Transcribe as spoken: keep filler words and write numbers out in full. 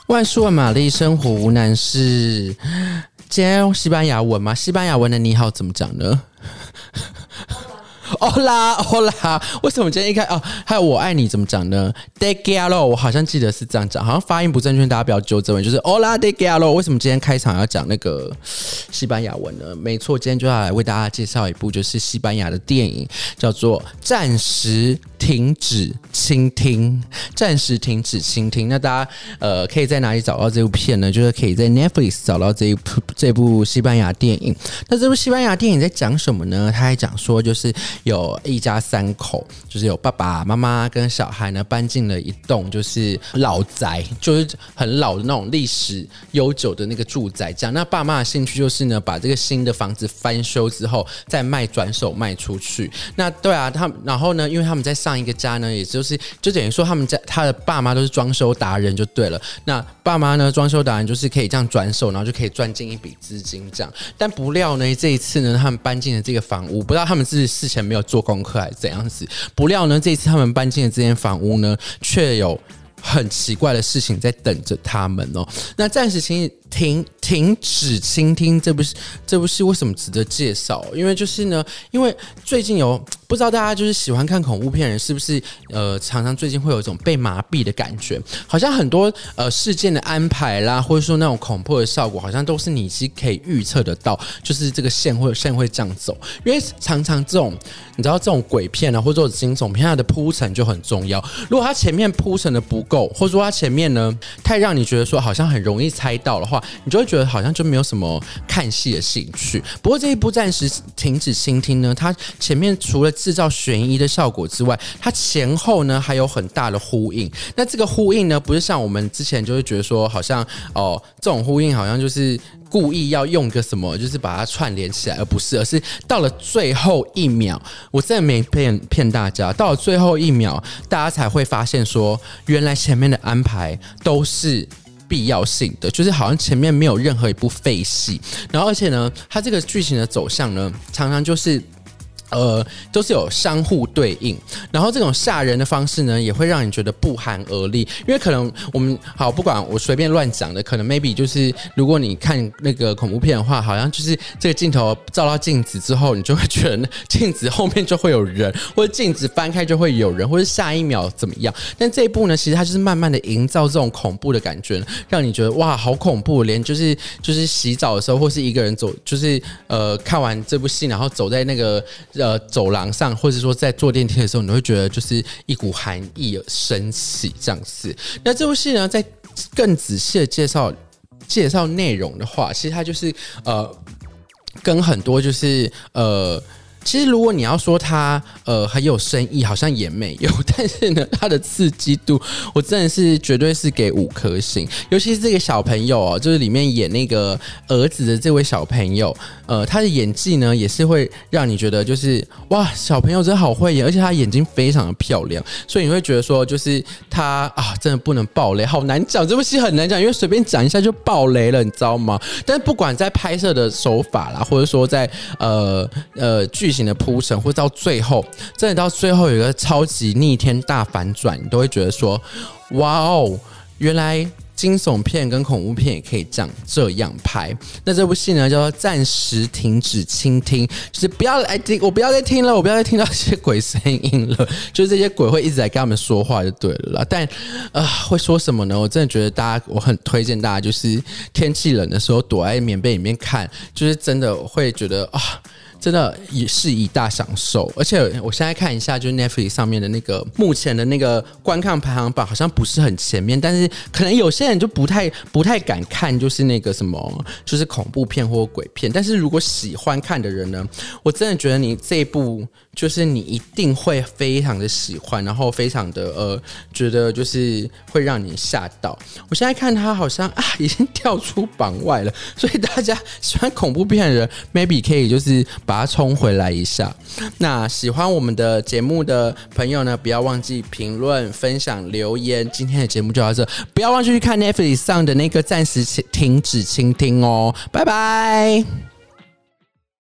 万事问玛丽，生活无难事。今天用西班牙文吗？西班牙文的你好怎么讲呢？欧拉欧拉，为什么今天一开哦？还有我爱你怎么讲呢 ？De Gallo， 我好像记得是这样讲，好像发音不正确，大家不要纠正我。就是 Hola De Gallo， 为什么今天开场要讲那个西班牙文呢？没错，今天就要来为大家介绍一部就是西班牙的电影，叫做《暂时停止倾听》。暂时停止倾听，那大家呃可以在哪里找到这部片呢？就是可以在 Netflix 找到这一部这部西班牙电影。那这部西班牙电影在讲什么呢？他还讲说就是有一家三口，就是有爸爸妈妈跟小孩呢搬进了一栋就是老宅，就是很老的那种历史悠久的那个住宅这样。那爸妈的兴趣就是呢把这个新的房子翻修之后再卖，转手卖出去。那对啊，他们然后呢因为他们在上一个家呢也就是就等于说他们家他的爸妈都是装修达人就对了。那爸妈呢装修达人就是可以这样转手，然后就可以赚进一笔资金这样。但不料呢这一次呢他们搬进了这个房屋，不知道他们是事前没有做功课还是怎样子，不料呢这一次他们搬进的这间房屋呢却有很奇怪的事情在等着他们哦。那暂时停停停止倾听这部这部戏为什么值得介绍？因为就是呢，因为最近有不知道大家就是喜欢看恐怖片的人是不是呃常常最近会有一种被麻痹的感觉，好像很多呃事件的安排啦，或者说那种恐怖的效果，好像都是你是可以预测得到，就是这个线会线会这样走。因为常常这种你知道这种鬼片啊，或者说惊悚片，它的铺陈就很重要。如果它前面铺陈的不够，或者说它前面呢太让你觉得说好像很容易猜到的话，你就会觉得好像就没有什么看戏的兴趣。不过这一部暂时停止倾听呢，它前面除了制造悬疑的效果之外，它前后呢还有很大的呼应。那这个呼应呢，不是像我们之前就会觉得说好像哦这种呼应好像就是故意要用个什么，就是把它串联起来，而不是，而是到了最后一秒，我真的没骗骗大家，到了最后一秒，大家才会发现说，原来前面的安排都是必要性的，就是好像前面没有任何一部废戏。然后而且呢，它这个剧情的走向呢，常常就是呃，都是有相互对应，然后这种吓人的方式呢，也会让你觉得不寒而栗。因为可能我们好不管我随便乱讲的，可能 maybe 就是如果你看那个恐怖片的话，好像就是这个镜头照到镜子之后，你就会觉得镜子后面就会有人，或者镜子翻开就会有人，或者下一秒怎么样。但这一部呢，其实它就是慢慢的营造这种恐怖的感觉，让你觉得哇，好恐怖！连就是就是洗澡的时候，或是一个人走，就是呃看完这部戏，然后走在那个。呃，走廊上，或者说在坐电梯的时候，你会觉得就是一股寒意升起这样子。那这部戏呢，在更仔细的介绍介绍内容的话，其实它就是呃，跟很多就是呃。其实，如果你要说它呃很有深意，好像也没有。但是呢，它的刺激度，我真的是绝对是给五颗星。尤其是这个小朋友哦，就是里面演那个儿子的这位小朋友，呃，他的演技呢也是会让你觉得就是哇，小朋友真的好会演，而且他眼睛非常的漂亮，所以你会觉得说，就是他啊，真的不能爆雷，好难讲，这部戏很难讲，因为随便讲一下就爆雷了，你知道吗？但是不管在拍摄的手法啦，或者说在呃呃剧情的铺陈，或者到最后，真的到最后有一个超级逆天大反转，你都会觉得说，哇哦，原来惊悚片跟恐怖片也可以这样这样拍。那这部戏呢叫做暂时停止倾听，就是不要来听，我不要再听了，我不要再听到这些鬼声音了，就是这些鬼会一直在跟他们说话就对了啦。但呃，会说什么呢？我真的觉得大家，我很推荐大家，就是天气冷的时候躲在棉被里面看，就是真的会觉得啊。真的也是一大享受。而且我现在看一下，就是 Netflix 上面的那个目前的那个观看排行榜好像不是很前面，但是可能有些人就不太不太敢看，就是那个什么，就是恐怖片或鬼片。但是如果喜欢看的人呢，我真的觉得你这一部就是你一定会非常的喜欢，然后非常的呃，觉得就是会让你吓到。我现在看它好像啊已经跳出榜外了，所以大家喜欢恐怖片的人 maybe 可以就是把它冲回来一下。那喜欢我们的节目的朋友呢，不要忘记评论、分享、留言。今天的节目就到这，不要忘记去看 Netflix 上的那个暂时停止倾听哦，拜拜。